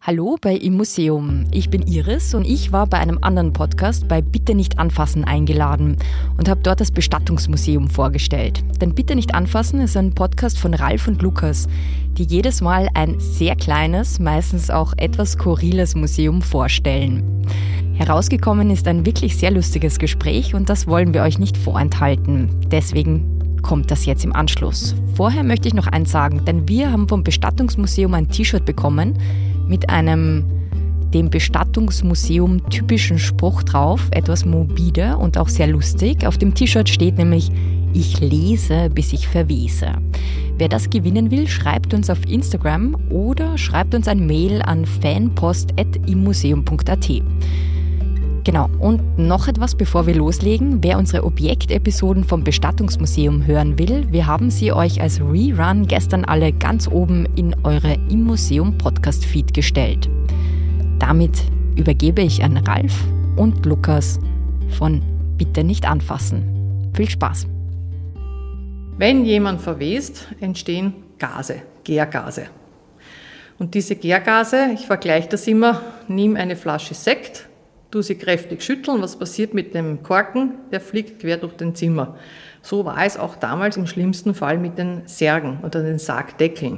Hallo bei Im Museum. Ich bin Iris und ich war bei einem anderen Podcast bei Bitte nicht anfassen eingeladen und habe dort das Bestattungsmuseum vorgestellt. Denn Bitte nicht anfassen ist ein Podcast von Ralf und Lukas, die jedes Mal ein sehr kleines, meistens auch etwas skurriles Museum vorstellen. Herausgekommen ist ein wirklich sehr lustiges Gespräch und das wollen wir euch nicht vorenthalten. Deswegen kommt das jetzt im Anschluss. Vorher möchte ich noch eins sagen, denn wir haben vom Bestattungsmuseum ein T-Shirt bekommen mit einem dem Bestattungsmuseum typischen Spruch drauf, etwas morbide und auch sehr lustig. Auf dem T-Shirt steht nämlich: Ich lese, bis ich verwese. Wer das gewinnen will, schreibt uns auf Instagram oder schreibt uns ein Mail an fanpost@immuseum.at. Genau, und noch etwas, bevor wir loslegen. Wer unsere Objektepisoden vom Bestattungsmuseum hören will, wir haben sie euch als Rerun gestern alle ganz oben in eure Im Museum Podcast-Feed gestellt. Damit übergebe ich an Ralf und Lukas von Bitte nicht anfassen. Viel Spaß! Wenn jemand verwest, entstehen Gase, Gärgase. Und diese Gärgase, ich vergleiche das immer, nimm eine Flasche Sekt, du sie kräftig schütteln, was passiert mit dem Korken? Der fliegt quer durch den Zimmer. So war es auch damals im schlimmsten Fall mit den Särgen oder den Sargdeckeln.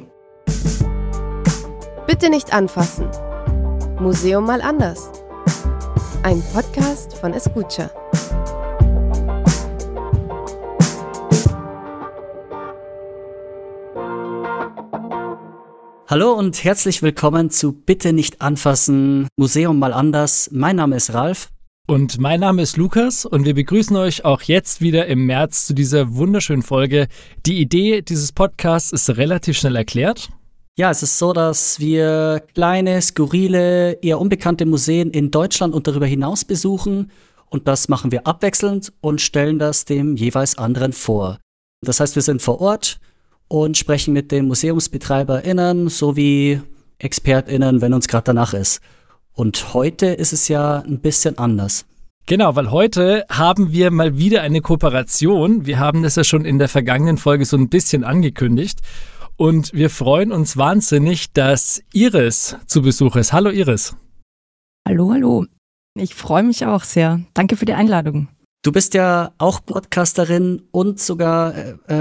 Bitte nicht anfassen. Museum mal anders. Ein Podcast von Escucha. Hallo und herzlich willkommen zu Bitte nicht anfassen, Museum mal anders. Mein Name ist Ralf. Und mein Name ist Lukas und wir begrüßen euch auch jetzt wieder im März zu dieser wunderschönen Folge. Die Idee dieses Podcasts ist relativ schnell erklärt. Ja, es ist so, dass wir kleine, skurrile, eher unbekannte Museen in Deutschland und darüber hinaus besuchen. Und das machen wir abwechselnd und stellen das dem jeweils anderen vor. Das heißt, wir sind vor Ort und sprechen mit den MuseumsbetreiberInnen sowie ExpertInnen, wenn uns gerade danach ist. Und heute ist es ja ein bisschen anders. Genau, weil heute haben wir mal wieder eine Kooperation. Wir haben das ja schon in der vergangenen Folge so ein bisschen angekündigt. Und wir freuen uns wahnsinnig, dass Iris zu Besuch ist. Hallo Iris. Hallo. Ich freue mich auch sehr. Danke für die Einladung. Du bist ja auch Podcasterin und sogar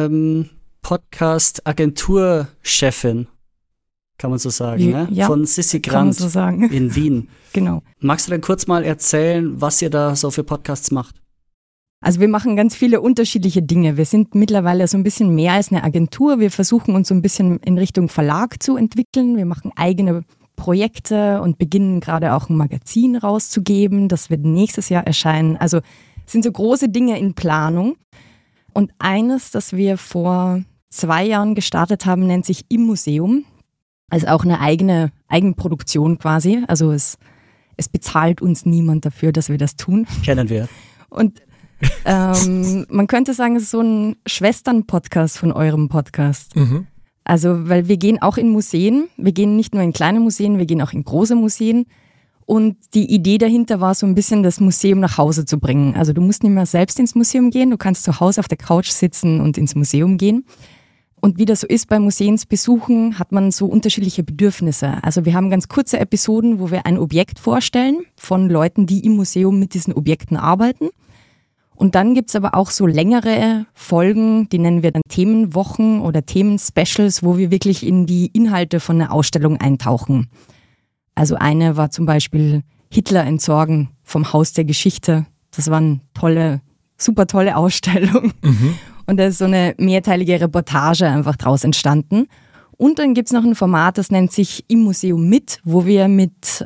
Podcast-Agenturchefin, kann man so sagen, ne? Ja, von Sissi Grant so sagen. In Wien. Genau. Magst du denn kurz mal erzählen, was ihr da so für Podcasts macht? Also wir machen ganz viele unterschiedliche Dinge. Wir sind mittlerweile so ein bisschen mehr als eine Agentur. Wir versuchen uns so ein bisschen in Richtung Verlag zu entwickeln. Wir machen eigene Projekte und beginnen gerade auch ein Magazin rauszugeben. Das wird nächstes Jahr erscheinen. Also es sind so große Dinge in Planung. Und eines, das wir vor 2 Jahren gestartet haben, nennt sich Im Museum. Also auch eine Eigenproduktion quasi. Also es bezahlt uns niemand dafür, dass wir das tun. Kennen wir. Und man könnte sagen, es ist so ein Schwestern-Podcast von eurem Podcast. Mhm. Also, weil wir gehen auch in Museen. Wir gehen nicht nur in kleine Museen, wir gehen auch in große Museen. Und die Idee dahinter war so ein bisschen, das Museum nach Hause zu bringen. Also du musst nicht mehr selbst ins Museum gehen, du kannst zu Hause auf der Couch sitzen und ins Museum gehen. Und wie das so ist bei Museumsbesuchen, hat man so unterschiedliche Bedürfnisse. Also wir haben ganz kurze Episoden, wo wir ein Objekt vorstellen von Leuten, die im Museum mit diesen Objekten arbeiten. Und dann gibt's aber auch so längere Folgen, die nennen wir dann Themenwochen oder Themenspecials, wo wir wirklich in die Inhalte von einer Ausstellung eintauchen. Also eine war zum Beispiel Hitler entsorgen vom Haus der Geschichte. Das war eine super tolle Ausstellung. Mhm. Und da ist so eine mehrteilige Reportage einfach draus entstanden. Und dann gibt's noch ein Format, das nennt sich Im Museum mit, wo wir mit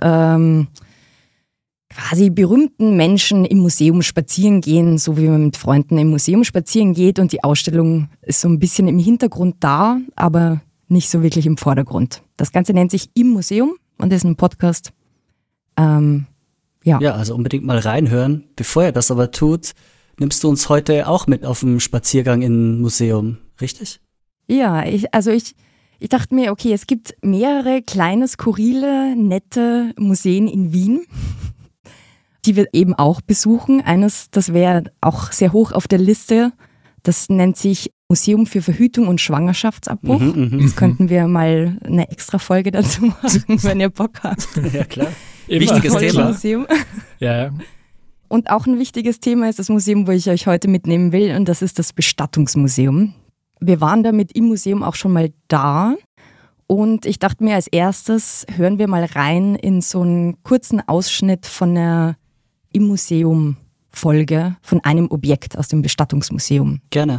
quasi berühmten Menschen im Museum spazieren gehen, so wie man mit Freunden im Museum spazieren geht. Und die Ausstellung ist so ein bisschen im Hintergrund da, aber nicht so wirklich im Vordergrund. Das Ganze nennt sich Im Museum und ist ein Podcast. Ja, also unbedingt mal reinhören. Bevor ihr das aber tut, nimmst du uns heute auch mit auf dem Spaziergang im Museum, richtig? Ja, ich dachte mir, okay, es gibt mehrere kleine, skurrile, nette Museen in Wien, die wir eben auch besuchen. Eines, das wäre auch sehr hoch auf der Liste, Das nennt sich Museum für Verhütung und Schwangerschaftsabbruch. Das könnten wir mal eine extra Folge dazu machen, wenn ihr Bock habt. Ja, klar. Wichtiges Thema. Museum. Ja. Und auch ein wichtiges Thema ist das Museum, wo ich euch heute mitnehmen will, und das ist das Bestattungsmuseum. Wir waren damit im Museum auch schon mal da und ich dachte mir, als erstes hören wir mal rein in so einen kurzen Ausschnitt von einer im Museum Folge von einem Objekt aus dem Bestattungsmuseum. Gerne.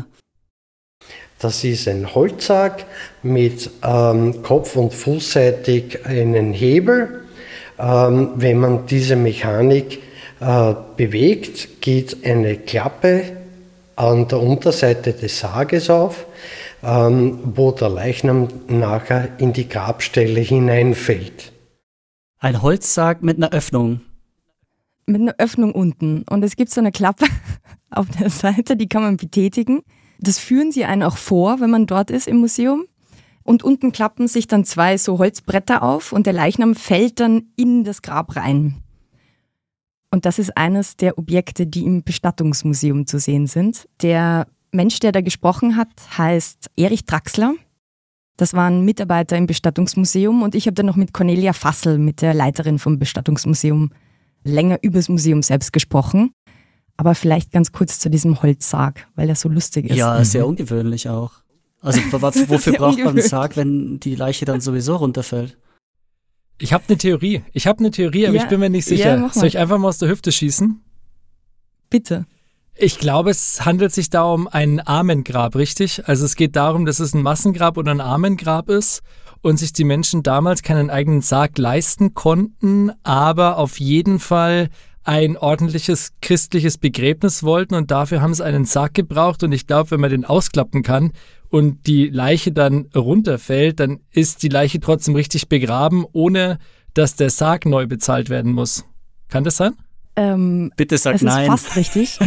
Das ist ein Holzsarg mit kopf- und fußseitig einen Hebel. Wenn man diese Mechanik bewegt, geht eine Klappe an der Unterseite des Sarges auf, wo der Leichnam nachher in die Grabstelle hineinfällt. Ein Holzsarg mit einer Öffnung. Mit einer Öffnung unten. Und es gibt so eine Klappe auf der Seite, die kann man betätigen. Das führen sie einen auch vor, wenn man dort ist im Museum. Und unten klappen sich dann 2 so Holzbretter auf und der Leichnam fällt dann in das Grab rein. Und das ist eines der Objekte, die im Bestattungsmuseum zu sehen sind. Der Mensch, der da gesprochen hat, heißt Erich Draxler. Das war ein Mitarbeiter im Bestattungsmuseum und ich habe dann noch mit Cornelia Fassel, mit der Leiterin vom Bestattungsmuseum, länger über das Museum selbst gesprochen. Aber vielleicht ganz kurz zu diesem Holzsarg, weil der so lustig ist. Ja, sehr ungewöhnlich auch. Also wofür braucht man einen Sarg, wenn die Leiche dann sowieso runterfällt? Ich habe eine Theorie, aber ich bin mir nicht sicher. Ja, Soll ich einfach mal aus der Hüfte schießen? Bitte. Ich glaube, es handelt sich da um ein Armengrab, richtig? Also es geht darum, dass es ein Massengrab oder ein Armengrab ist und sich die Menschen damals keinen eigenen Sarg leisten konnten, aber auf jeden Fall ein ordentliches christliches Begräbnis wollten und dafür haben sie einen Sarg gebraucht und ich glaube, wenn man den ausklappen kann und die Leiche dann runterfällt, dann ist die Leiche trotzdem richtig begraben, ohne dass der Sarg neu bezahlt werden muss. Kann das sein? Bitte sag nein. Das ist fast richtig.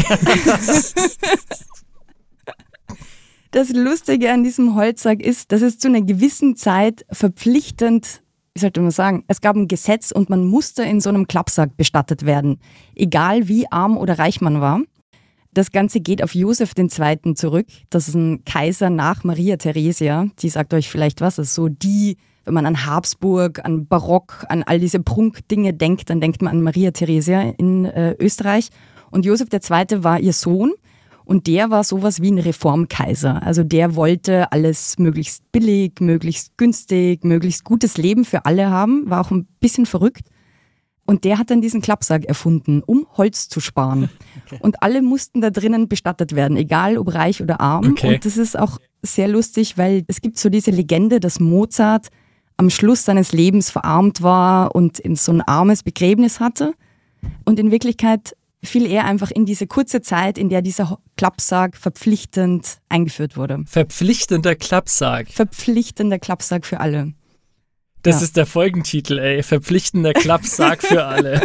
Das Lustige an diesem Holzsarg ist, dass es zu einer gewissen Zeit verpflichtend, wie sollte man sagen, es gab ein Gesetz und man musste in so einem Klappsack bestattet werden, egal wie arm oder reich man war. Das Ganze geht auf Josef II. Zurück. Das ist ein Kaiser nach Maria Theresia. Die sagt euch vielleicht was. Das ist so die, wenn man an Habsburg, an Barock, an all diese Prunkdinge denkt, dann denkt man an Maria Theresia in Österreich. Und Josef II. War ihr Sohn und der war sowas wie ein Reformkaiser. Also der wollte alles möglichst billig, möglichst günstig, möglichst gutes Leben für alle haben. War auch ein bisschen verrückt. Und der hat dann diesen Klappsack erfunden, um Holz zu sparen. Okay. Und alle mussten da drinnen bestattet werden, egal ob reich oder arm. Okay. Und das ist auch sehr lustig, weil es gibt so diese Legende, dass Mozart am Schluss seines Lebens verarmt war und in so ein armes Begräbnis hatte. Und in Wirklichkeit fiel er einfach in diese kurze Zeit, in der dieser Klappsack verpflichtend eingeführt wurde. Verpflichtender Klappsack. Verpflichtender Klappsack für alle. Das ist der Folgentitel, ey. Verpflichtender Klappsack für alle.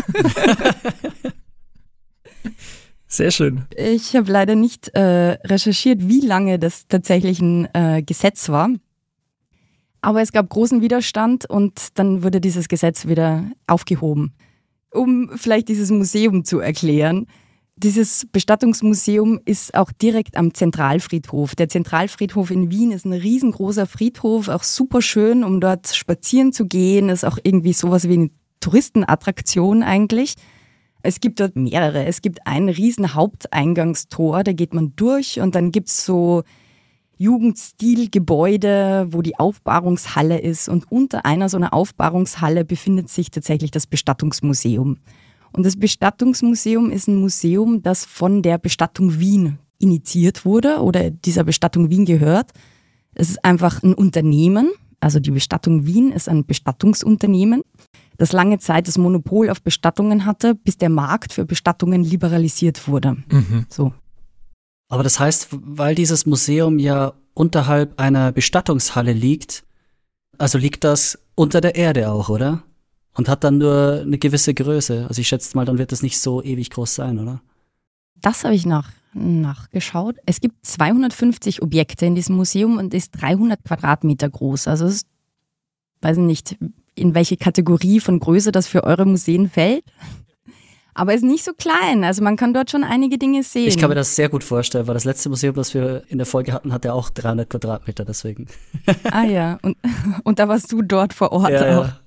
Sehr schön. Ich habe leider nicht recherchiert, wie lange das tatsächlich ein Gesetz war. Aber es gab großen Widerstand und dann wurde dieses Gesetz wieder aufgehoben. Um vielleicht dieses Museum zu erklären. Dieses Bestattungsmuseum ist auch direkt am Zentralfriedhof. Der Zentralfriedhof in Wien ist ein riesengroßer Friedhof, auch super schön, um dort spazieren zu gehen. Ist auch irgendwie sowas wie eine Touristenattraktion eigentlich. Es gibt dort mehrere. Es gibt ein riesen Haupteingangstor, da geht man durch und dann gibt es so Jugendstilgebäude, wo die Aufbahrungshalle ist und unter einer so einer Aufbahrungshalle befindet sich tatsächlich das Bestattungsmuseum. Und das Bestattungsmuseum ist ein Museum, das von der Bestattung Wien initiiert wurde oder dieser Bestattung Wien gehört. Es ist einfach ein Unternehmen, also die Bestattung Wien ist ein Bestattungsunternehmen, das lange Zeit das Monopol auf Bestattungen hatte, bis der Markt für Bestattungen liberalisiert wurde. So. Aber das heißt, weil dieses Museum ja unterhalb einer Bestattungshalle liegt, also liegt das unter der Erde auch, oder? Und hat dann nur eine gewisse Größe. Also ich schätze mal, dann wird das nicht so ewig groß sein, oder? Das habe ich nachgeschaut. Es gibt 250 Objekte in diesem Museum und ist 300 Quadratmeter groß. Also ich weiß nicht, in welche Kategorie von Größe das für eure Museen fällt. Aber es ist nicht so klein, also man kann dort schon einige Dinge sehen. Ich kann mir das sehr gut vorstellen, weil das letzte Museum, das wir in der Folge hatten, hat ja auch 300 Quadratmeter, deswegen. Ah ja, und da warst du dort vor Ort ja, auch.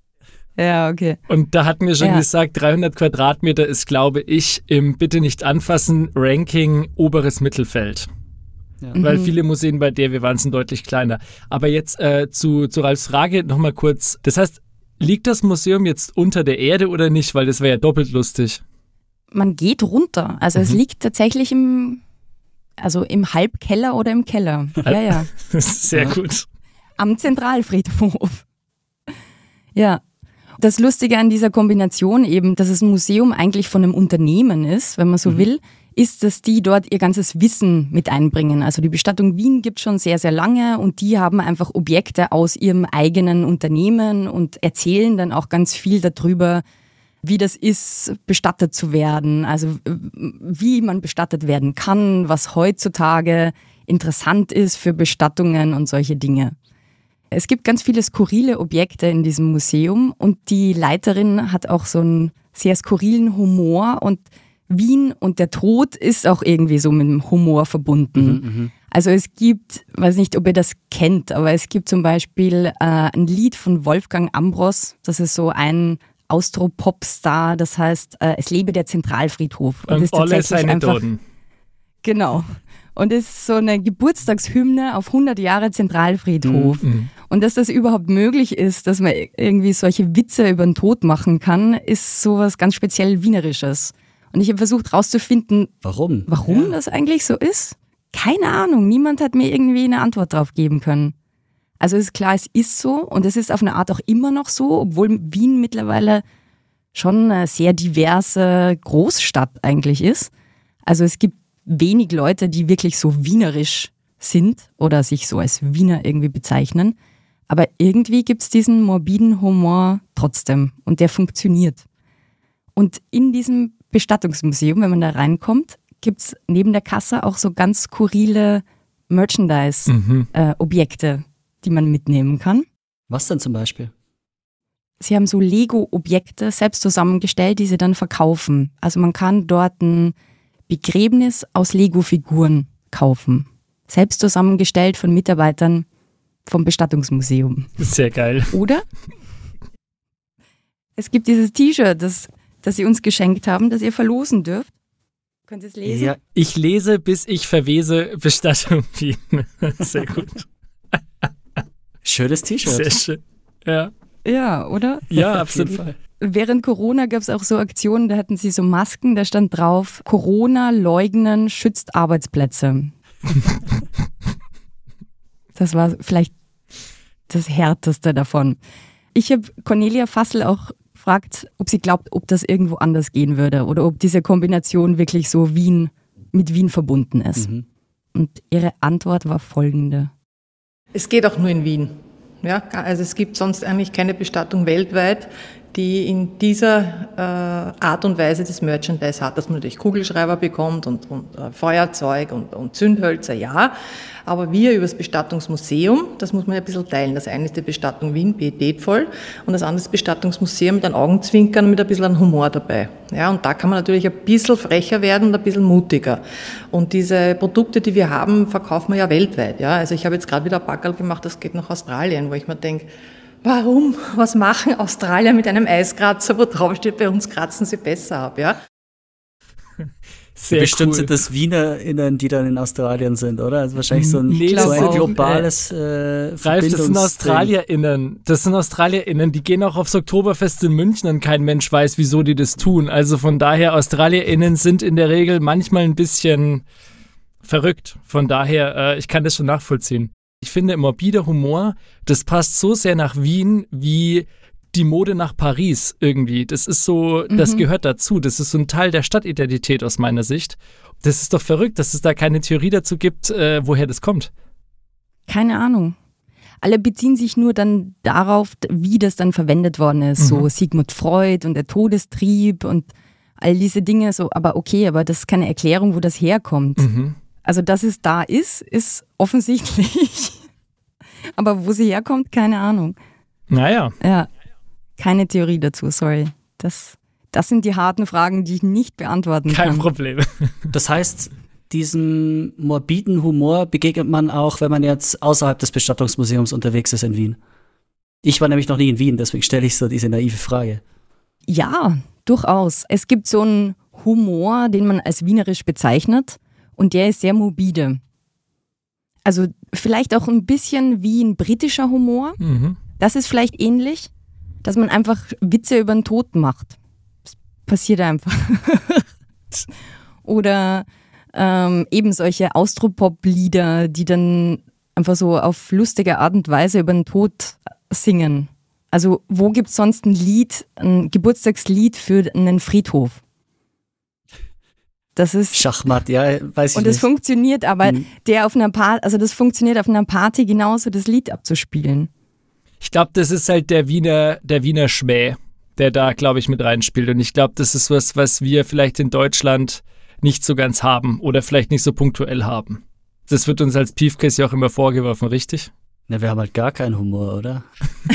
Ja, okay. Und da hatten wir schon gesagt, 300 Quadratmeter ist, glaube ich, im Bitte nicht anfassen Ranking oberes Mittelfeld. Ja. Weil viele Museen, bei der wir waren, sind deutlich kleiner. Aber jetzt zu Ralfs Frage nochmal kurz. Das heißt, liegt das Museum jetzt unter der Erde oder nicht? Weil das wäre ja doppelt lustig. Man geht runter. Also es liegt tatsächlich im Halbkeller oder im Keller. Ja. Sehr gut. Am Zentralfriedhof. Ja. Das Lustige an dieser Kombination eben, dass es ein Museum eigentlich von einem Unternehmen ist, wenn man so will, ist, dass die dort ihr ganzes Wissen mit einbringen. Also die Bestattung Wien gibt es schon sehr, sehr lange und die haben einfach Objekte aus ihrem eigenen Unternehmen und erzählen dann auch ganz viel darüber, wie das ist, bestattet zu werden, also wie man bestattet werden kann, was heutzutage interessant ist für Bestattungen und solche Dinge. Es gibt ganz viele skurrile Objekte in diesem Museum und die Leiterin hat auch so einen sehr skurrilen Humor und Wien und der Tod ist auch irgendwie so mit dem Humor verbunden. Also es gibt, weiß nicht, ob ihr das kennt, aber es gibt zum Beispiel ein Lied von Wolfgang Ambros, das ist so ein Austro-Pop-Star, das heißt, es lebe der Zentralfriedhof. Und ist alle seine Toten. Genau. Und es ist so eine Geburtstagshymne auf 100 Jahre Zentralfriedhof. Und dass das überhaupt möglich ist, dass man irgendwie solche Witze über den Tod machen kann, ist sowas ganz speziell Wienerisches. Und ich habe versucht rauszufinden, warum das eigentlich so ist. Keine Ahnung, niemand hat mir irgendwie eine Antwort drauf geben können. Also ist klar, es ist so und es ist auf eine Art auch immer noch so, obwohl Wien mittlerweile schon eine sehr diverse Großstadt eigentlich ist. Also es gibt wenig Leute, die wirklich so wienerisch sind oder sich so als Wiener irgendwie bezeichnen. Aber irgendwie gibt es diesen morbiden Humor trotzdem und der funktioniert. Und in diesem Bestattungsmuseum, wenn man da reinkommt, gibt es neben der Kasse auch so ganz skurrile Merchandise-Objekte, die man mitnehmen kann. Was denn zum Beispiel? Sie haben so Lego-Objekte selbst zusammengestellt, die sie dann verkaufen. Also man kann dort ein Begräbnis aus Lego-Figuren kaufen. Selbst zusammengestellt von Mitarbeitern vom Bestattungsmuseum. Sehr geil. Oder? Es gibt dieses T-Shirt, das sie uns geschenkt haben, das ihr verlosen dürft. Könnt ihr es lesen? Ja, ich lese, bis ich verwese, Bestattung Wien. Sehr gut. Schönes T-Shirt. Sehr schön. Ja. Ja, oder? Ja, absolut. Während Corona gab es auch so Aktionen, da hatten sie so Masken, da stand drauf, Corona leugnen schützt Arbeitsplätze. Das war vielleicht das Härteste davon. Ich habe Cornelia Fassel auch gefragt, ob sie glaubt, ob das irgendwo anders gehen würde oder ob diese Kombination wirklich so mit Wien verbunden ist. Und ihre Antwort war folgende. Es geht auch nur in Wien. Ja, also es gibt sonst eigentlich keine Bestattung weltweit, die in dieser Art und Weise das Merchandise hat, dass man natürlich Kugelschreiber bekommt und Feuerzeug und Zündhölzer, ja. Aber wir über das Bestattungsmuseum, das muss man ja ein bisschen teilen. Das eine ist die Bestattung Wien, pietätvoll, und das andere ist das Bestattungsmuseum mit einem Augenzwinkern, mit ein bisschen einem Humor dabei. Ja, und da kann man natürlich ein bisschen frecher werden und ein bisschen mutiger. Und diese Produkte, die wir haben, verkaufen wir ja weltweit. Ja, also ich habe jetzt gerade wieder ein Packerl gemacht, das geht nach Australien, wo ich mir denke, warum? Was machen Australier mit einem Eiskratzer, wo drauf steht, bei uns kratzen sie besser ab, ja? Sehr bestimmt cool. Sind das WienerInnen, die dann in Australien sind, oder? Also wahrscheinlich so ein globales Ralf, das sind AustralierInnen. Das sind AustralierInnen, die gehen auch aufs Oktoberfest in München und kein Mensch weiß, wieso die das tun. Also von daher, AustralierInnen sind in der Regel manchmal ein bisschen verrückt. Von daher, ich kann das schon nachvollziehen. Ich finde, morbider Humor, das passt so sehr nach Wien wie die Mode nach Paris irgendwie. Das ist so, das gehört dazu. Das ist so ein Teil der Stadtidentität aus meiner Sicht. Das ist doch verrückt, dass es da keine Theorie dazu gibt, woher das kommt. Keine Ahnung. Alle beziehen sich nur dann darauf, wie das dann verwendet worden ist. So Sigmund Freud und der Todestrieb und all diese Dinge. So, aber okay, aber das ist keine Erklärung, wo das herkommt. Also, dass es da ist offensichtlich. Aber wo sie herkommt, keine Ahnung. Naja. Ja, keine Theorie dazu, sorry. Das sind die harten Fragen, die ich nicht beantworten kann. Kein Problem. Das heißt, diesem morbiden Humor begegnet man auch, wenn man jetzt außerhalb des Bestattungsmuseums unterwegs ist in Wien. Ich war nämlich noch nie in Wien, deswegen stelle ich so diese naive Frage. Ja, durchaus. Es gibt so einen Humor, den man als wienerisch bezeichnet und der ist sehr morbide. Also vielleicht auch ein bisschen wie ein britischer Humor. Mhm. Das ist vielleicht ähnlich, dass man einfach Witze über den Tod macht. Das passiert einfach. Oder eben solche Austropop-Lieder, die dann einfach so auf lustige Art und Weise über den Tod singen. Also wo gibt es sonst ein Geburtstagslied für einen Friedhof? Das ist Schachmatt, ja, weiß ich nicht. und das funktioniert aber, das funktioniert auf einer Party genauso, das Lied abzuspielen. Ich glaube, das ist halt der Wiener Schmäh, der da, glaube ich, mit reinspielt. Und ich glaube, das ist was wir vielleicht in Deutschland nicht so ganz haben oder vielleicht nicht so punktuell haben. Das wird uns als Piefkes ja auch immer vorgeworfen, richtig? Na, wir haben halt gar keinen Humor, oder?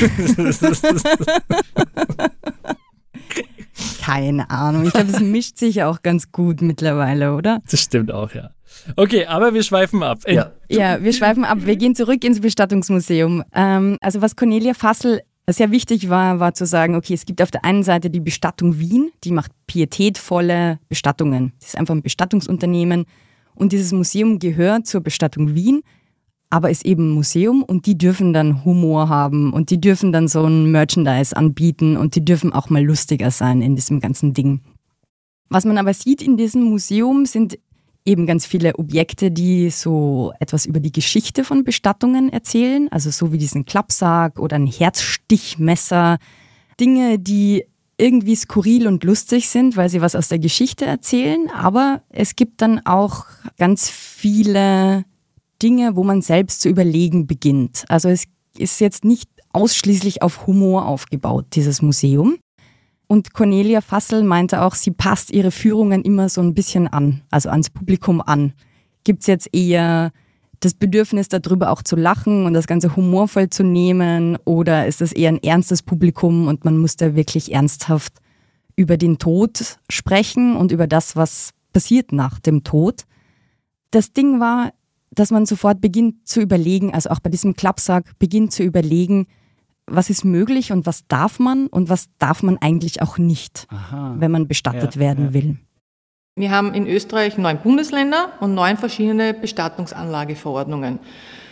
Keine Ahnung. Ich glaube, es mischt sich auch ganz gut mittlerweile, oder? Das stimmt auch, ja. Okay, aber wir schweifen ab. Ja, wir schweifen ab. Wir gehen zurück ins Bestattungsmuseum. Also was Cornelia Fassel sehr wichtig war zu sagen, okay, es gibt auf der einen Seite die Bestattung Wien, die macht pietätvolle Bestattungen. Das ist einfach ein Bestattungsunternehmen und dieses Museum gehört zur Bestattung Wien, aber ist eben ein Museum und die dürfen dann Humor haben und die dürfen dann so ein Merchandise anbieten und die dürfen auch mal lustiger sein in diesem ganzen Ding. Was man aber sieht in diesem Museum sind eben ganz viele Objekte, die so etwas über die Geschichte von Bestattungen erzählen, also so wie diesen Klappsarg oder ein Herzstichmesser, Dinge, die irgendwie skurril und lustig sind, weil sie was aus der Geschichte erzählen, aber es gibt dann auch ganz viele Dinge, wo man selbst zu überlegen beginnt. Also es ist jetzt nicht ausschließlich auf Humor aufgebaut, dieses Museum. Und Cornelia Fassel meinte auch, sie passt ihre Führungen immer so ein bisschen an, also ans Publikum an. Gibt es jetzt eher das Bedürfnis, darüber auch zu lachen und das Ganze humorvoll zu nehmen, oder ist das eher ein ernstes Publikum und man muss da wirklich ernsthaft über den Tod sprechen und über das, was passiert nach dem Tod? Das Ding war, dass man sofort beginnt zu überlegen, also auch bei diesem Klappsack beginnt zu überlegen, was ist möglich und was darf man eigentlich auch nicht, wenn man bestattet werden will. Wir haben in Österreich 9 Bundesländer und 9 verschiedene Bestattungsanlageverordnungen.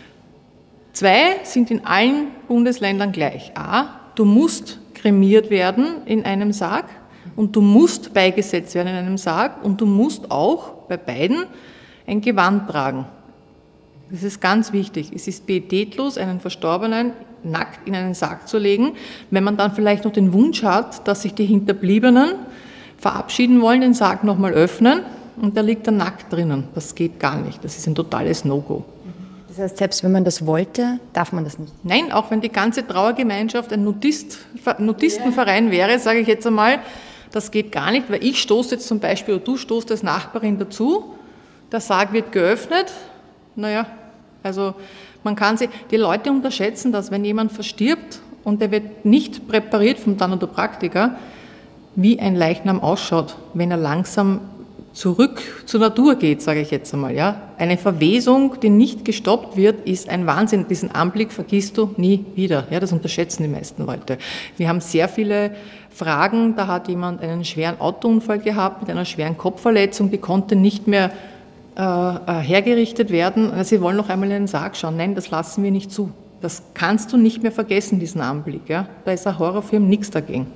2 sind in allen Bundesländern gleich. Du musst kremiert werden in einem Sarg und du musst beigesetzt werden in einem Sarg und du musst auch bei beiden ein Gewand tragen. Das ist ganz wichtig. Es ist pietätlos, einen Verstorbenen nackt in einen Sarg zu legen. Wenn man dann vielleicht noch den Wunsch hat, dass sich die Hinterbliebenen verabschieden wollen, den Sarg nochmal öffnen und da liegt er nackt drinnen. Das geht gar nicht. Das ist ein totales No-Go. Das heißt, selbst wenn man das wollte, darf man das nicht? Nein, auch wenn die ganze Trauergemeinschaft ein Nudistenverein wäre, sage ich jetzt einmal, das geht gar nicht, weil ich stoße jetzt zum Beispiel, oder du stoßt als Nachbarin dazu, der Sarg wird geöffnet. Naja, also die Leute unterschätzen das, wenn jemand verstirbt und der wird nicht präpariert vom Thanatopraktiker, wie ein Leichnam ausschaut, wenn er langsam zurück zur Natur geht, sage ich jetzt einmal. Ja. Eine Verwesung, die nicht gestoppt wird, ist ein Wahnsinn. Diesen Anblick vergisst du nie wieder. Ja, das unterschätzen die meisten Leute. Wir haben sehr viele Fragen, da hat jemand einen schweren Autounfall gehabt mit einer schweren Kopfverletzung, die konnte nicht mehr hergerichtet werden. Sie wollen noch einmal in den Sarg schauen. Nein, das lassen wir nicht zu. Das kannst du nicht mehr vergessen, diesen Anblick. Ja? Da ist ein Horrorfilm nichts dagegen.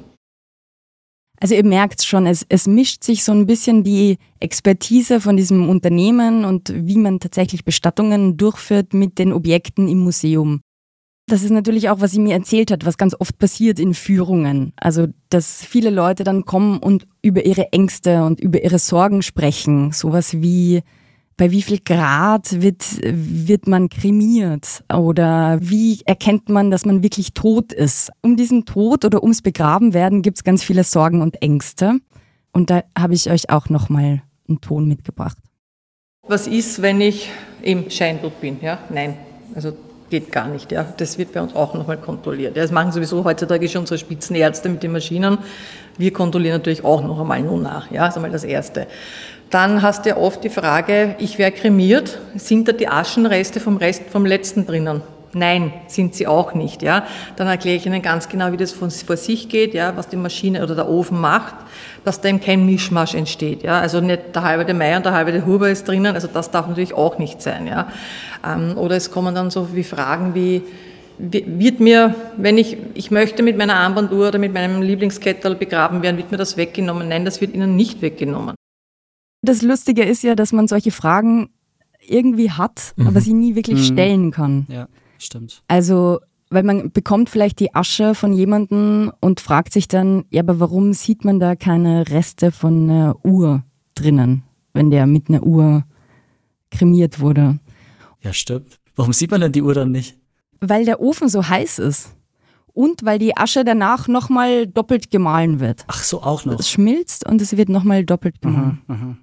Also ihr merkt schon, es mischt sich so ein bisschen die Expertise von diesem Unternehmen und wie man tatsächlich Bestattungen durchführt mit den Objekten im Museum. Das ist natürlich auch, was sie mir erzählt hat, was ganz oft passiert in Führungen. Also, dass viele Leute dann kommen und über ihre Ängste und über ihre Sorgen sprechen. Sowas wie, bei wie viel Grad wird man kremiert? Oder wie erkennt man, dass man wirklich tot ist? Um diesen Tod oder ums Begrabenwerden gibt es ganz viele Sorgen und Ängste. Und da habe ich euch auch nochmal einen Ton mitgebracht. Was ist, wenn ich im Scheintot bin? Ja? Nein. Also geht gar nicht. Ja. Das wird bei uns auch nochmal kontrolliert. Das machen sowieso heutzutage schon unsere Spitzenärzte mit den Maschinen. Wir kontrollieren natürlich auch noch einmal nur nach. Ja, das ist einmal das Erste. Dann hast du ja oft die Frage, ich wäre kremiert, sind da die Aschenreste vom letzten drinnen? Nein, sind sie auch nicht. Ja. Dann erkläre ich Ihnen ganz genau, wie das vor sich geht, ja, was die Maschine oder der Ofen macht, dass da eben kein Mischmasch entsteht. Ja. Also nicht der halbe Meier und der halbe Huber ist drinnen, also das darf natürlich auch nicht sein. Ja. Oder es kommen dann so wie Fragen wie, wird mir, wenn ich möchte mit meiner Armbanduhr oder mit meinem Lieblingskettel begraben werden, wird mir das weggenommen? Nein, das wird Ihnen nicht weggenommen. Das Lustige ist ja, dass man solche Fragen irgendwie hat, aber sie nie wirklich stellen kann. Ja, stimmt. Also, weil man bekommt vielleicht die Asche von jemandem und fragt sich dann, ja, aber warum sieht man da keine Reste von einer Uhr drinnen, wenn der mit einer Uhr kremiert wurde? Ja, stimmt. Warum sieht man denn die Uhr dann nicht? Weil der Ofen so heiß ist. Und weil die Asche danach nochmal doppelt gemahlen wird. Ach so, auch noch. Es schmilzt und es wird nochmal doppelt gemahlen.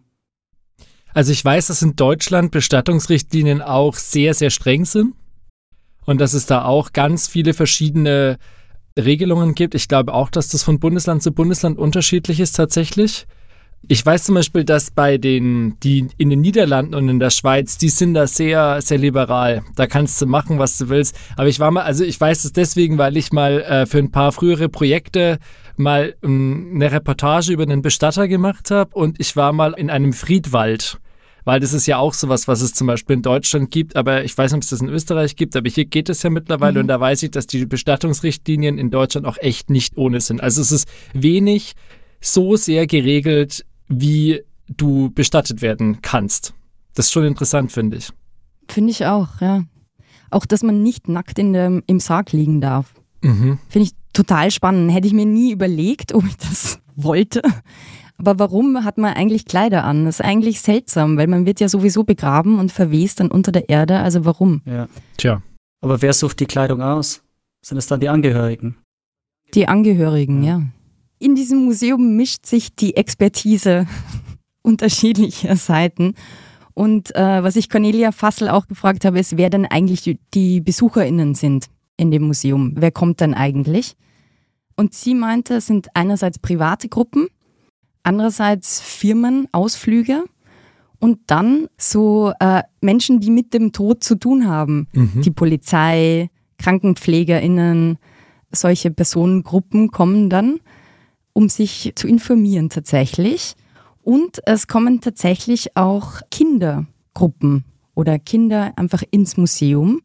Also ich weiß, dass in Deutschland Bestattungsrichtlinien auch sehr, sehr streng sind und dass es da auch ganz viele verschiedene Regelungen gibt. Ich glaube auch, dass das von Bundesland zu Bundesland unterschiedlich ist tatsächlich. Ich weiß zum Beispiel, dass bei die in den Niederlanden und in der Schweiz, die sind da sehr, sehr liberal. Da kannst du machen, was du willst. Aber ich weiß es deswegen, weil ich mal für ein paar frühere Projekte mal eine Reportage über einen Bestatter gemacht habe und ich war mal in einem Friedwald. Weil das ist ja auch sowas, was es zum Beispiel in Deutschland gibt, aber ich weiß nicht, ob es das in Österreich gibt, aber hier geht es ja mittlerweile und da weiß ich, dass die Bestattungsrichtlinien in Deutschland auch echt nicht ohne sind. Also es ist wenig so sehr geregelt, wie du bestattet werden kannst. Das ist schon interessant, finde ich. Finde ich auch, ja. Auch, dass man nicht nackt im Sarg liegen darf. Finde ich total spannend. Hätte ich mir nie überlegt, ob ich das wollte. Aber warum hat man eigentlich Kleider an? Das ist eigentlich seltsam, weil man wird ja sowieso begraben und verwest dann unter der Erde. Also warum? Ja. Tja. Aber wer sucht die Kleidung aus? Sind es dann die Angehörigen? Die Angehörigen, ja. In diesem Museum mischt sich die Expertise unterschiedlicher Seiten. Und was ich Cornelia Fassel auch gefragt habe, ist, wer denn eigentlich die BesucherInnen sind in dem Museum. Wer kommt denn eigentlich? Und sie meinte, es sind einerseits private Gruppen, andererseits Firmen, Ausflüge und dann so Menschen, die mit dem Tod zu tun haben. Die Polizei, KrankenpflegerInnen, solche Personengruppen kommen dann, um sich zu informieren tatsächlich. Und es kommen tatsächlich auch Kindergruppen oder Kinder einfach ins Museum.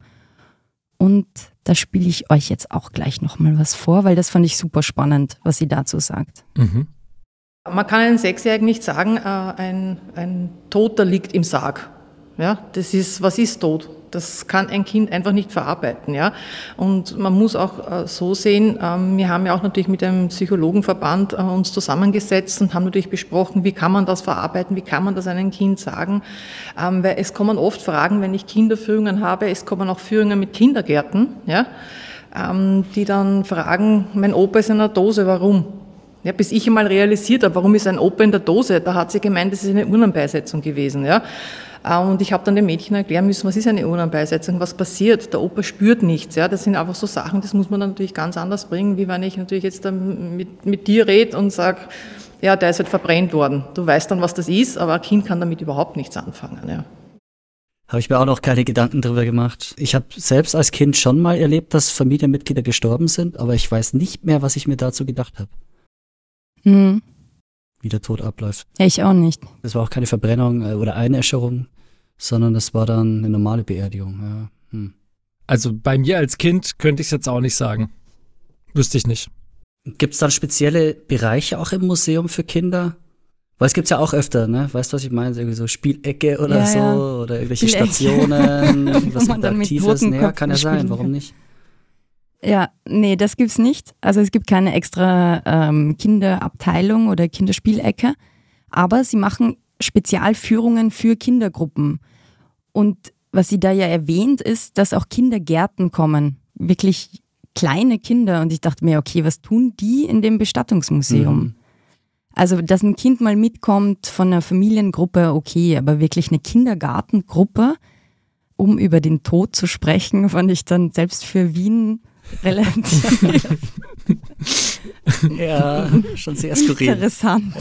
Und da spiele ich euch jetzt auch gleich nochmal was vor, weil das fand ich super spannend, was sie dazu sagt. Man kann einem Sechsjährigen nicht sagen, ein Toter liegt im Sarg. Ja, was ist Tod? Das kann ein Kind einfach nicht verarbeiten. Ja? Und man muss auch so sehen, wir haben ja auch natürlich mit einem Psychologenverband uns zusammengesetzt und haben natürlich besprochen, wie kann man das verarbeiten, wie kann man das einem Kind sagen. Weil es kommen oft Fragen, wenn ich Kinderführungen habe, es kommen auch Führungen mit Kindergärten, ja? Die dann fragen, mein Opa ist in einer Dose, warum? Ja, bis ich einmal realisiert habe, warum ist ein Opa in der Dose? Da hat sie gemeint, das ist eine Urnenbeisetzung gewesen. Ja? Und ich habe dann dem Mädchen erklären müssen, was ist eine Urnenbeisetzung, was passiert? Der Opa spürt nichts. Ja? Das sind einfach so Sachen, das muss man dann natürlich ganz anders bringen, wie wenn ich natürlich jetzt dann mit dir rede und sage, ja, der ist halt verbrennt worden. Du weißt dann, was das ist, aber ein Kind kann damit überhaupt nichts anfangen. Ja. Habe ich mir auch noch keine Gedanken drüber gemacht. Ich habe selbst als Kind schon mal erlebt, dass Familienmitglieder gestorben sind, aber ich weiß nicht mehr, was ich mir dazu gedacht habe. Wie der Tod abläuft. Ja, ich auch nicht. Das war auch keine Verbrennung oder Einäscherung, sondern das war dann eine normale Beerdigung. Ja. Also bei mir als Kind könnte ich es jetzt auch nicht sagen. Wüsste ich nicht. Gibt es dann spezielle Bereiche auch im Museum für Kinder? Weil es gibt es ja auch öfter, ne? Weißt du, was ich meine? Irgendwie so Spielecke oder so oder irgendwelche Stationen, was da aktiv ist. Ja, kann ja sein, warum nicht? Ja, nee, das gibt's nicht. Also es gibt keine extra Kinderabteilung oder Kinderspielecke, aber sie machen Spezialführungen für Kindergruppen. Und was sie da ja erwähnt, ist, dass auch Kindergärten kommen, wirklich kleine Kinder. Und ich dachte mir, okay, was tun die in dem Bestattungsmuseum? Also, dass ein Kind mal mitkommt von einer Familiengruppe, okay, aber wirklich eine Kindergartengruppe, um über den Tod zu sprechen, fand ich dann selbst für Wien relativ ja, schon sehr skurril. Interessant.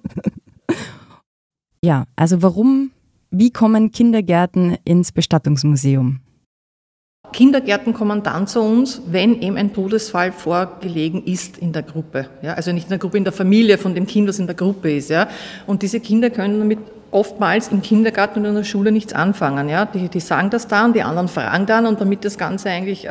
Ja, also wie kommen Kindergärten ins Bestattungsmuseum? Kindergärten kommen dann zu uns, wenn eben ein Todesfall vorgelegen ist in der Gruppe. Ja, also nicht in der Gruppe, in der Familie von dem Kind, das in der Gruppe ist. Ja. Und diese Kinder können damit oftmals im Kindergarten und in der Schule nichts anfangen. Ja. Die sagen das dann, die anderen fragen dann, und damit das Ganze eigentlich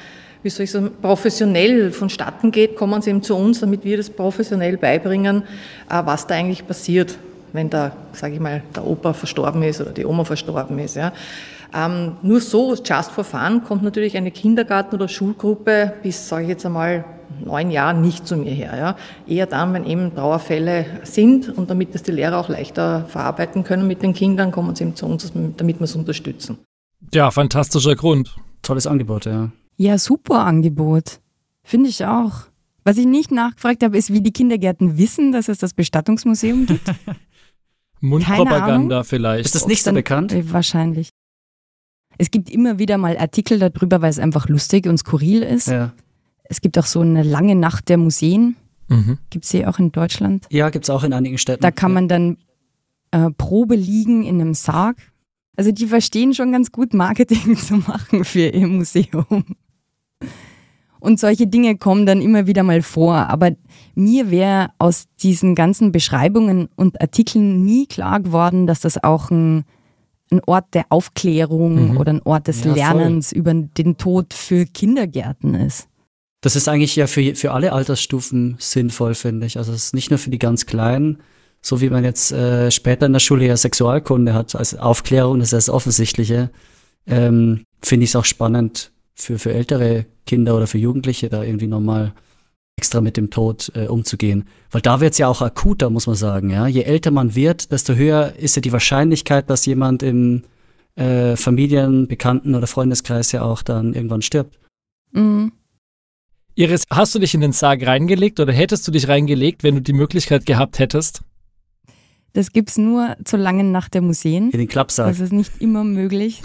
professionell vonstatten geht, kommen sie eben zu uns, damit wir das professionell beibringen, was da eigentlich passiert, wenn der Opa verstorben ist oder die Oma verstorben ist. Ja. Nur so, just for fun, kommt natürlich eine Kindergarten- oder Schulgruppe bis, sage ich jetzt einmal, 9 Jahren nicht zu mir her. Ja. Eher dann, wenn eben Trauerfälle sind, und damit das die Lehrer auch leichter verarbeiten können mit den Kindern, kommen sie eben zu uns, damit wir es unterstützen. Ja, fantastischer Grund. Tolles Angebot, ja. Ja, super Angebot. Finde ich auch. Was ich nicht nachgefragt habe, ist, wie die Kindergärten wissen, dass es das Bestattungsmuseum gibt. Mundpropaganda vielleicht. Ist das nicht so bekannt? Wahrscheinlich. Es gibt immer wieder mal Artikel darüber, weil es einfach lustig und skurril ist. Ja. Es gibt auch so eine lange Nacht der Museen. Gibt es sie auch in Deutschland? Ja, gibt es auch in einigen Städten. Da kann man dann Probe liegen in einem Sarg. Also die verstehen schon ganz gut, Marketing zu machen für ihr Museum. Und solche Dinge kommen dann immer wieder mal vor. Aber mir wäre aus diesen ganzen Beschreibungen und Artikeln nie klar geworden, dass das auch ein Ort der Aufklärung oder ein Ort des Lernens über den Tod für Kindergärten ist. Das ist eigentlich ja für alle Altersstufen sinnvoll, finde ich. Also es ist nicht nur für die ganz Kleinen, so wie man jetzt später in der Schule ja Sexualkunde hat, als Aufklärung, das ist das Offensichtliche, finde ich es auch spannend für ältere Kinder oder für Jugendliche da irgendwie nochmal extra mit dem Tod umzugehen. Weil da wird es ja auch akuter, muss man sagen. Ja? Je älter man wird, desto höher ist ja die Wahrscheinlichkeit, dass jemand im Familien-, Bekannten- oder Freundeskreis ja auch dann irgendwann stirbt. Mhm. Iris, hast du dich in den Sarg reingelegt oder hättest du dich reingelegt, wenn du die Möglichkeit gehabt hättest? Das gibt's nur zur langen Nacht der Museen. In den Klappsack. Das ist nicht immer möglich.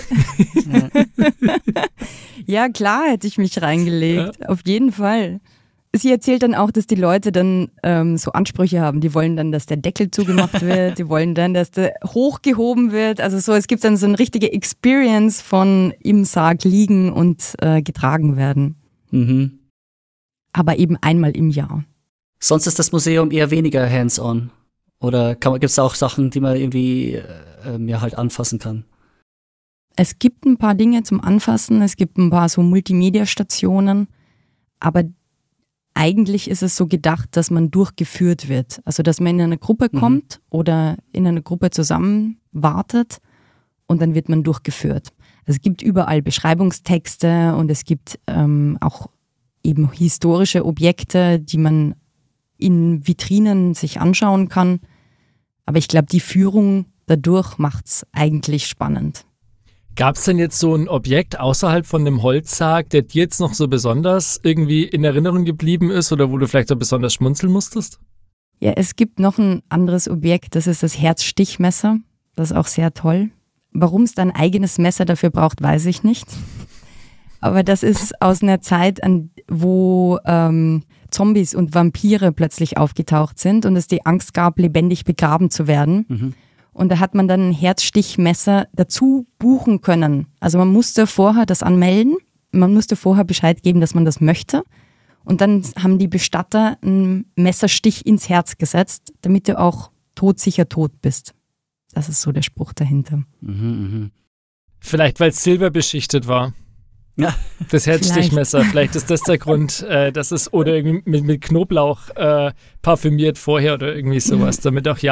Ja, klar hätte ich mich reingelegt. Ja. Auf jeden Fall. Sie erzählt dann auch, dass die Leute dann so Ansprüche haben. Die wollen dann, dass der Deckel zugemacht wird. Die wollen dann, dass der hochgehoben wird. Also so, es gibt dann so eine richtige Experience von im Sarg liegen und getragen werden. Mhm. Aber eben einmal im Jahr. Sonst ist das Museum eher weniger hands-on. Oder gibt es auch Sachen, die man irgendwie halt anfassen kann? Es gibt ein paar Dinge zum Anfassen. Es gibt ein paar so Multimedia-Stationen. Aber eigentlich ist es so gedacht, dass man durchgeführt wird. Also, dass man in eine Gruppe kommt oder in eine Gruppe zusammen wartet und dann wird man durchgeführt. Also es gibt überall Beschreibungstexte und es gibt auch eben historische Objekte, die man in Vitrinen sich anschauen kann. Aber ich glaube, die Führung dadurch macht es eigentlich spannend. Gab es denn jetzt so ein Objekt außerhalb von dem Holzsarg, der dir jetzt noch so besonders irgendwie in Erinnerung geblieben ist oder wo du vielleicht so besonders schmunzeln musstest? Ja, es gibt noch ein anderes Objekt, das ist das Herzstichmesser. Das ist auch sehr toll. Warum es da ein eigenes Messer dafür braucht, weiß ich nicht. Aber das ist aus einer Zeit, wo Zombies und Vampire plötzlich aufgetaucht sind und es die Angst gab, lebendig begraben zu werden. Mhm. Und da hat man dann ein Herzstichmesser dazu buchen können. Also man musste vorher das anmelden, man musste vorher Bescheid geben, dass man das möchte. Und dann haben die Bestatter einen Messerstich ins Herz gesetzt, damit du auch todsicher tot bist. Das ist so der Spruch dahinter. Mhm, Vielleicht, weil es silberbeschichtet war. Ja. Das Herzstichmesser, vielleicht ist das der Grund, dass es oder irgendwie mit Knoblauch parfümiert vorher oder irgendwie sowas, damit auch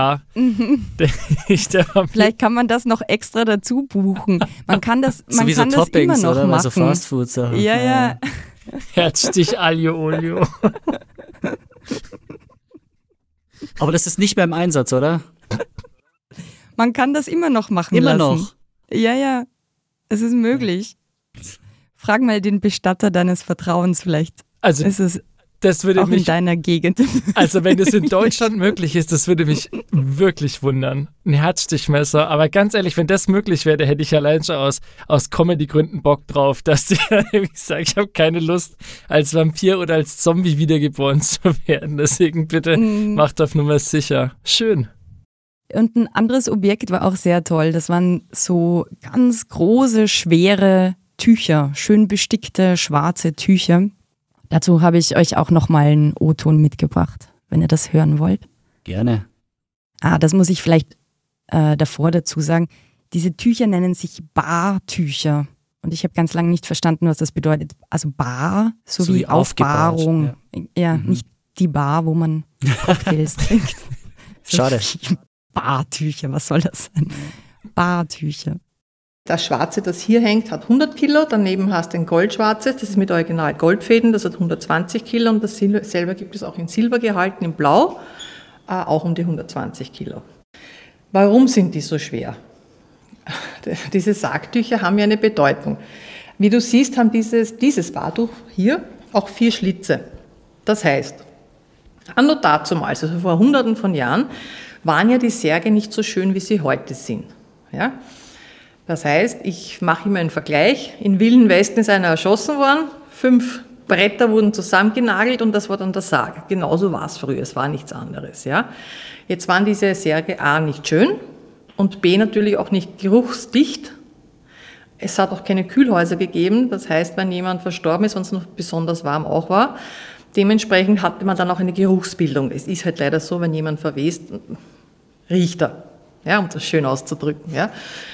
Vielleicht kann man das noch extra dazu buchen. Man kann das, man so kann so das Toppings, immer noch oder? machen. Also Fastfood-Sachen. Ja. Herzstich Aglio Olio. Aber das ist nicht mehr im Einsatz, oder? Man kann das immer noch machen immer lassen. Noch? Ja, es ist möglich. Frag mal den Bestatter deines Vertrauens vielleicht. Also ist es Das würde auch mich, in deiner Gegend. also wenn das in Deutschland möglich ist, das würde mich wirklich wundern. Ein Herzstichmesser. Aber ganz ehrlich, wenn das möglich wäre, hätte ich allein schon aus Comedy-Gründen Bock drauf, dass ich sage, ich habe keine Lust, als Vampir oder als Zombie wiedergeboren zu werden. Deswegen bitte macht auf Nummer sicher. Schön. Und ein anderes Objekt war auch sehr toll. Das waren so ganz große, schwere Tücher, schön bestickte, schwarze Tücher. Dazu habe ich euch auch nochmal einen O-Ton mitgebracht, wenn ihr das hören wollt. Gerne. Das muss ich vielleicht davor dazu sagen. Diese Tücher nennen sich Bartücher. Und ich habe ganz lange nicht verstanden, was das bedeutet. Also Bar, so wie Aufbahrung. Ja, nicht die Bar, wo man Cocktails trinkt. Schade. Bartücher, was soll das sein? Bartücher. Das Schwarze, das hier hängt, hat 100 Kilo. Daneben hast du ein Goldschwarzes, das ist mit Original Goldfäden, das hat 120 Kilo. Und das selber gibt es auch in Silber gehalten, in Blau, auch um die 120 Kilo. Warum sind die so schwer? Diese Sargtücher haben ja eine Bedeutung. Wie du siehst, haben dieses Bartuch hier auch 4 Schlitze. Das heißt, anno dazumals, also vor Hunderten von Jahren, waren ja die Särge nicht so schön, wie sie heute sind. Ja? Das heißt, ich mache immer einen Vergleich. In Wilden Westen ist einer erschossen worden, 5 Bretter wurden zusammengenagelt und das war dann der Sarg. Genauso war es früher, es war nichts anderes. Ja? Jetzt waren diese Särge A nicht schön und B natürlich auch nicht geruchsdicht. Es hat auch keine Kühlhäuser gegeben, das heißt, wenn jemand verstorben ist und es noch besonders warm auch war, dementsprechend hatte man dann auch eine Geruchsbildung. Es ist halt leider so, wenn jemand verwest, riecht er, ja, um das schön auszudrücken. Ja.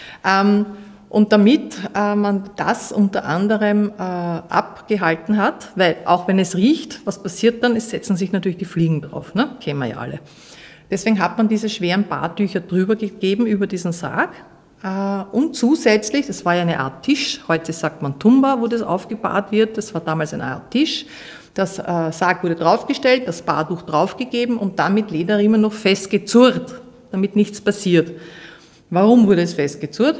Und damit man das unter anderem abgehalten hat, weil auch wenn es riecht, was passiert dann? Es setzen sich natürlich die Fliegen drauf, ne? Kennen wir ja alle. Deswegen hat man diese schweren Bartücher drüber gegeben, über diesen Sarg. Und zusätzlich, das war ja eine Art Tisch, heute sagt man Tumba, wo das aufgebahrt wird, das war damals eine Art Tisch. Das Sarg wurde draufgestellt, das Bartuch draufgegeben und dann mit Lederriemen noch festgezurrt, damit nichts passiert. Warum wurde es festgezurrt?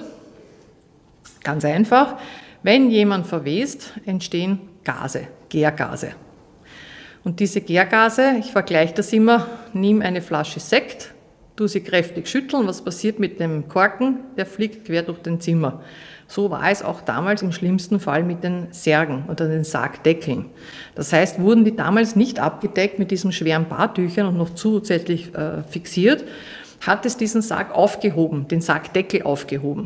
Ganz einfach, wenn jemand verwest, entstehen Gase, Gärgase. Und diese Gärgase, ich vergleiche das immer, nimm eine Flasche Sekt, tu sie kräftig schütteln, was passiert mit dem Korken? Der fliegt quer durch den Zimmer. So war es auch damals im schlimmsten Fall mit den Särgen oder den Sargdeckeln. Das heißt, wurden die damals nicht abgedeckt mit diesen schweren Bartüchern und noch zusätzlich fixiert, hat es diesen Sarg aufgehoben, den Sargdeckel aufgehoben.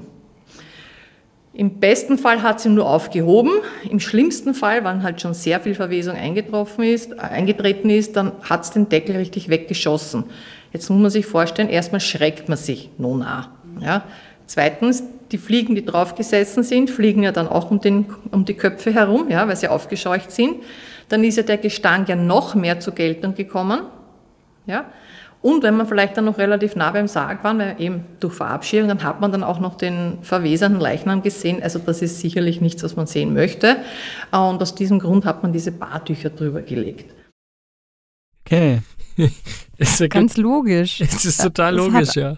Im besten Fall hat es ihn nur aufgehoben, im schlimmsten Fall, wenn halt schon sehr viel Verwesung eingetreten ist, dann hat es den Deckel richtig weggeschossen. Jetzt muss man sich vorstellen, erstmal schreckt man sich, ja. Zweitens, die Fliegen, die drauf gesessen sind, fliegen ja dann auch um die Köpfe herum, ja, weil sie aufgescheucht sind. Dann ist ja der Gestank ja noch mehr zur Geltung gekommen, ja. Und wenn man vielleicht dann noch relativ nah beim Sarg war, weil eben durch Verabschiedung, dann hat man dann auch noch den verwesernden Leichnam gesehen. Also das ist sicherlich nichts, was man sehen möchte. Und aus diesem Grund hat man diese Bartücher drüber gelegt. Okay. Ist ja ganz logisch. Es ist total logisch, ja.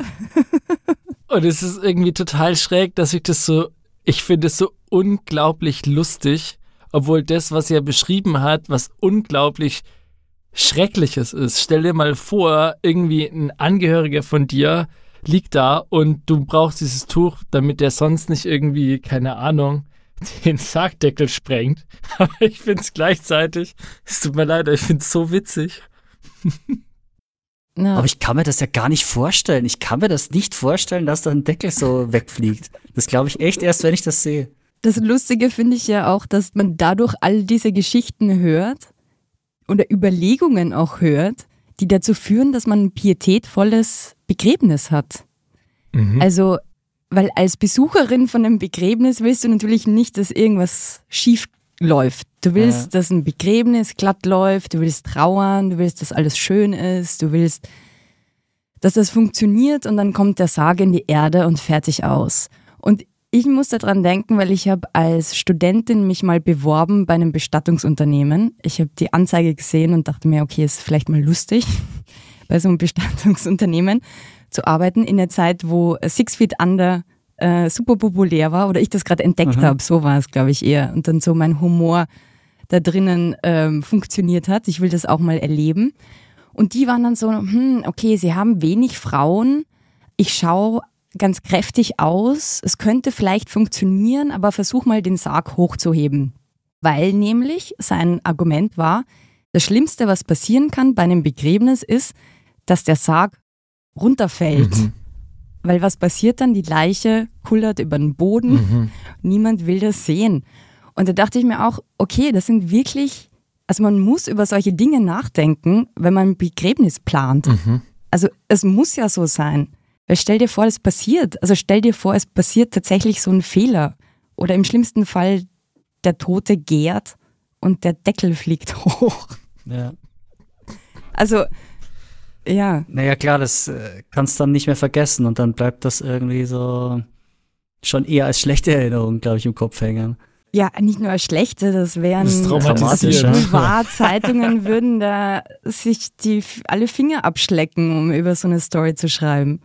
Und es ist irgendwie total schräg, dass ich finde es so unglaublich lustig, obwohl das, was er beschrieben hat, was unglaublich Schreckliches ist. Stell dir mal vor, irgendwie ein Angehöriger von dir liegt da und du brauchst dieses Tuch, damit der sonst nicht irgendwie, keine Ahnung, den Sargdeckel sprengt. Aber ich finde es gleichzeitig, es tut mir leid, ich finde es so witzig. Ja. Aber ich kann mir das ja gar nicht vorstellen. Ich kann mir das nicht vorstellen, dass da ein Deckel so wegfliegt. Das glaube ich echt erst, wenn ich das sehe. Das Lustige finde ich ja auch, dass man dadurch all diese Geschichten hört oder Überlegungen auch hört, die dazu führen, dass man ein pietätvolles Begräbnis hat. Mhm. Also, weil als Besucherin von einem Begräbnis willst du natürlich nicht, dass irgendwas schief läuft. Du willst, dass ein Begräbnis glatt läuft, du willst trauern, du willst, dass alles schön ist, du willst, dass das funktioniert und dann kommt der Sarg in die Erde und fertig aus. Und ich muss daran denken, weil ich habe als Studentin mich mal beworben bei einem Bestattungsunternehmen. Ich habe die Anzeige gesehen und dachte mir, okay, ist vielleicht mal lustig, bei so einem Bestattungsunternehmen zu arbeiten in der Zeit, wo 6 Feet Under super populär war oder ich das gerade entdeckt habe. So war es, glaube ich, eher. Und dann so mein Humor da drinnen funktioniert hat. Ich will das auch mal erleben. Und die waren dann so, okay, sie haben wenig Frauen. Ich schaue ganz kräftig aus. Es könnte vielleicht funktionieren, aber versuch mal den Sarg hochzuheben. Weil nämlich sein Argument war, das Schlimmste, was passieren kann bei einem Begräbnis ist, dass der Sarg runterfällt. Mhm. Weil was passiert dann? Die Leiche kullert über den Boden. Mhm. Niemand will das sehen. Und da dachte ich mir auch, okay, das sind wirklich, also man muss über solche Dinge nachdenken, wenn man ein Begräbnis plant. Mhm. Also es muss ja so sein. Weil stell dir vor, das passiert. Also stell dir vor, es passiert tatsächlich so ein Fehler. Oder im schlimmsten Fall, der Tote gärt und der Deckel fliegt hoch. Ja. Also, ja. Naja, klar, das kannst du dann nicht mehr vergessen und dann bleibt das irgendwie so schon eher als schlechte Erinnerung, glaube ich, im Kopf hängen. Ja, nicht nur als schlechte, das wären traumatisch. Boulevardzeitungen würden da sich alle Finger abschlecken, um über so eine Story zu schreiben.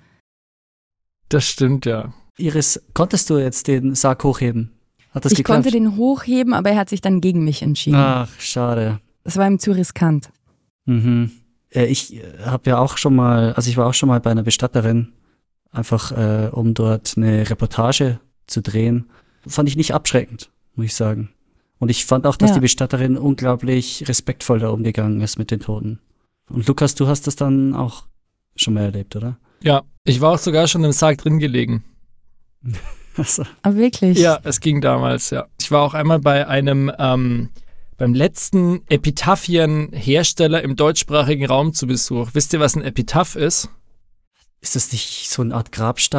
Das stimmt, ja. Iris, konntest du jetzt den Sarg hochheben? Hat das geklappt? Ich konnte den hochheben, aber er hat sich dann gegen mich entschieden. Ach, schade. Das war ihm zu riskant. Mhm. Ich habe ja auch schon mal, also ich war auch schon mal bei einer Bestatterin, einfach um dort eine Reportage zu drehen. Fand ich nicht abschreckend, muss ich sagen. Und ich fand auch, dass die Bestatterin unglaublich respektvoll da umgegangen ist mit den Toten. Und Lukas, du hast das dann auch schon mal erlebt, oder? Ja, ich war auch sogar schon im Sarg drin gelegen. Also. Aber wirklich? Ja, es ging damals, ja. Ich war auch einmal bei einem, beim letzten Epitaphien-Hersteller im deutschsprachigen Raum zu Besuch. Wisst ihr, was ein Epitaph ist? Ist das nicht so eine Art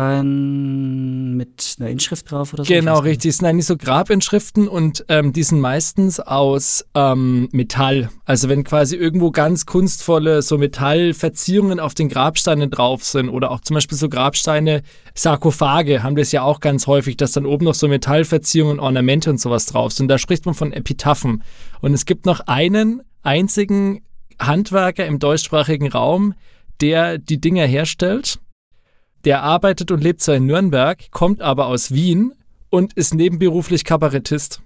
Grabstein mit einer Inschrift drauf oder so? Genau, richtig. Es sind eigentlich so Grabinschriften und die sind meistens aus Metall. Also wenn quasi irgendwo ganz kunstvolle so Metallverzierungen auf den Grabsteinen drauf sind oder auch zum Beispiel so Grabsteine, Sarkophage haben das ja auch ganz häufig, dass dann oben noch so Metallverzierungen, Ornamente und sowas drauf sind. Da spricht man von Epitaphen. Und es gibt noch einen einzigen Handwerker im deutschsprachigen Raum, der die Dinger herstellt. Der arbeitet und lebt zwar in Nürnberg, kommt aber aus Wien und ist nebenberuflich Kabarettist.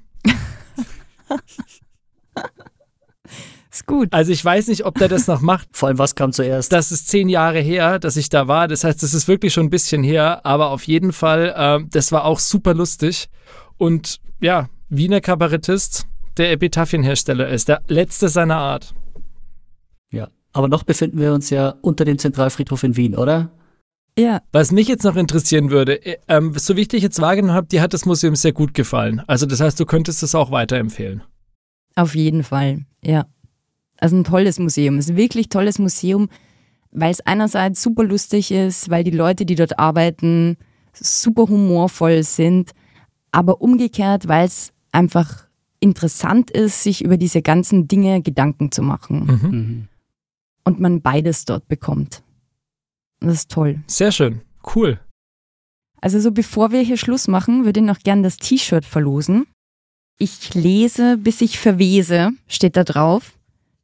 Ist gut. Also ich weiß nicht, ob der das noch macht. Vor allem, was kam zuerst? Das ist 10 Jahre her, dass ich da war. Das heißt, das ist wirklich schon ein bisschen her. Aber auf jeden Fall, das war auch super lustig. Und ja, Wiener Kabarettist, der Epitaphienhersteller ist. Der letzte seiner Art. Ja. Aber noch befinden wir uns ja unter dem Zentralfriedhof in Wien, oder? Ja. Was mich jetzt noch interessieren würde, so wie ich dich jetzt wahrgenommen habe, dir hat das Museum sehr gut gefallen. Also das heißt, du könntest es auch weiterempfehlen. Auf jeden Fall, ja. Also ein tolles Museum. Es ist ein wirklich tolles Museum, weil es einerseits super lustig ist, weil die Leute, die dort arbeiten, super humorvoll sind, aber umgekehrt, weil es einfach interessant ist, sich über diese ganzen Dinge Gedanken zu machen. Mhm. Und man beides dort bekommt. Das ist toll. Sehr schön. Cool. Also so bevor wir hier Schluss machen, würde ich noch gern das T-Shirt verlosen. Ich lese, bis ich verwese, steht da drauf.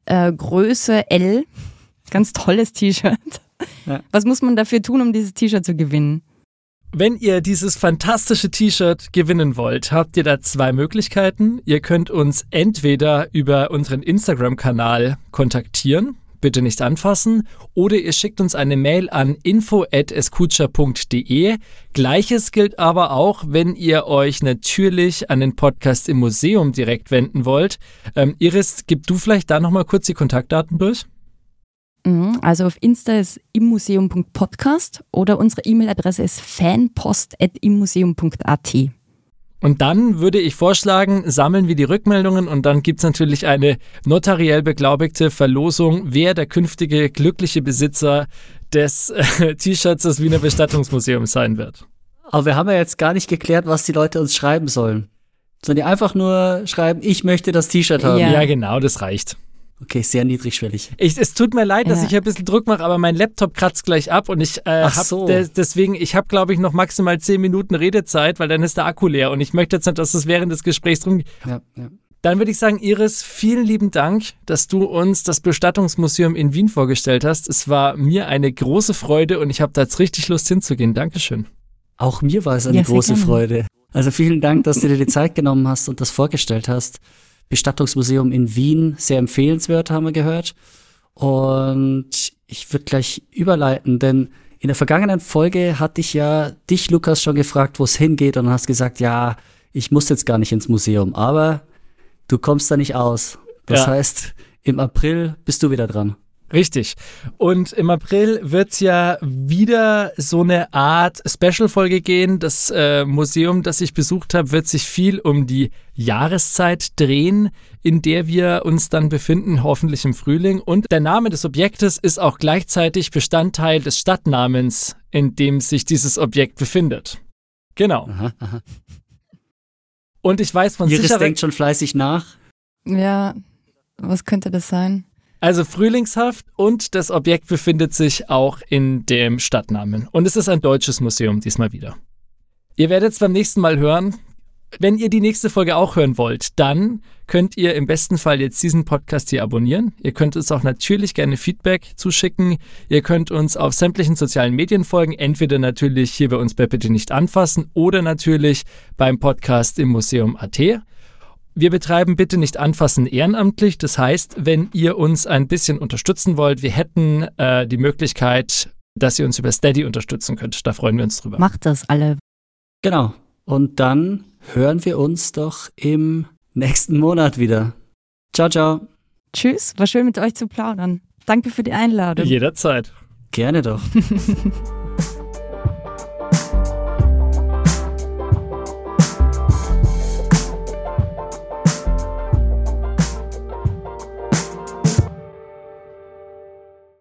Größe L. Ganz tolles T-Shirt. Ja. Was muss man dafür tun, um dieses T-Shirt zu gewinnen? Wenn ihr dieses fantastische T-Shirt gewinnen wollt, habt ihr da 2 Möglichkeiten. Ihr könnt uns entweder über unseren Instagram-Kanal kontaktieren, bitte nicht anfassen, oder ihr schickt uns eine Mail an info@escucha.de. Gleiches gilt aber auch, wenn ihr euch natürlich an den Podcast im Museum direkt wenden wollt. Iris, gib du vielleicht da nochmal kurz die Kontaktdaten durch? Also auf Insta ist immuseum.podcast oder unsere E-Mail-Adresse ist fanpost@immuseum.at. Und dann würde ich vorschlagen, sammeln wir die Rückmeldungen und dann gibt es natürlich eine notariell beglaubigte Verlosung, wer der künftige glückliche Besitzer des T-Shirts des Wiener Bestattungsmuseums sein wird. Aber wir haben ja jetzt gar nicht geklärt, was die Leute uns schreiben sollen. Sollen die einfach nur schreiben, ich möchte das T-Shirt haben? Ja, genau, das reicht. Okay, sehr niedrigschwellig. Es tut mir leid, dass ich ein bisschen Druck mache, aber mein Laptop kratzt gleich ab und ich habe, glaube ich, noch maximal 10 Minuten Redezeit, weil dann ist der Akku leer und ich möchte jetzt nicht, dass es während des Gesprächs drum geht. Ja. Dann würde ich sagen, Iris, vielen lieben Dank, dass du uns das Bestattungsmuseum in Wien vorgestellt hast. Es war mir eine große Freude und ich habe da jetzt richtig Lust hinzugehen. Dankeschön. Auch mir war es eine große Freude. Also vielen Dank, dass du dir die Zeit genommen hast und das vorgestellt hast. Bestattungsmuseum in Wien sehr empfehlenswert, haben wir gehört. Und ich würde gleich überleiten, denn in der vergangenen Folge hatte ich ja dich, Lukas, schon gefragt, wo es hingeht und hast gesagt, ja, ich muss jetzt gar nicht ins Museum, aber du kommst da nicht aus. Das heißt, im April bist du wieder dran. Richtig. Und im April wird es ja wieder so eine Art Special-Folge gehen. Das Museum, das ich besucht habe, wird sich viel um die Jahreszeit drehen, in der wir uns dann befinden, hoffentlich im Frühling. Und der Name des Objektes ist auch gleichzeitig Bestandteil des Stadtnamens, in dem sich dieses Objekt befindet. Genau. Aha. Und ich weiß von Iris denkt schon fleißig nach. Ja, was könnte das sein? Also frühlingshaft, und das Objekt befindet sich auch in dem Stadtnamen. Und es ist ein deutsches Museum diesmal wieder. Ihr werdet es beim nächsten Mal hören. Wenn ihr die nächste Folge auch hören wollt, dann könnt ihr im besten Fall jetzt diesen Podcast hier abonnieren. Ihr könnt uns auch natürlich gerne Feedback zuschicken. Ihr könnt uns auf sämtlichen sozialen Medien folgen. Entweder natürlich hier bei uns bei Bitte nicht anfassen oder natürlich beim Podcast im Museum.at. Wir betreiben Bitte nicht anfassen ehrenamtlich. Das heißt, wenn ihr uns ein bisschen unterstützen wollt, wir hätten die Möglichkeit, dass ihr uns über Steady unterstützen könnt. Da freuen wir uns drüber. Macht das alle. Genau. Und dann hören wir uns doch im nächsten Monat wieder. Ciao, ciao. Tschüss, war schön mit euch zu plaudern. Danke für die Einladung. Jederzeit. Gerne doch.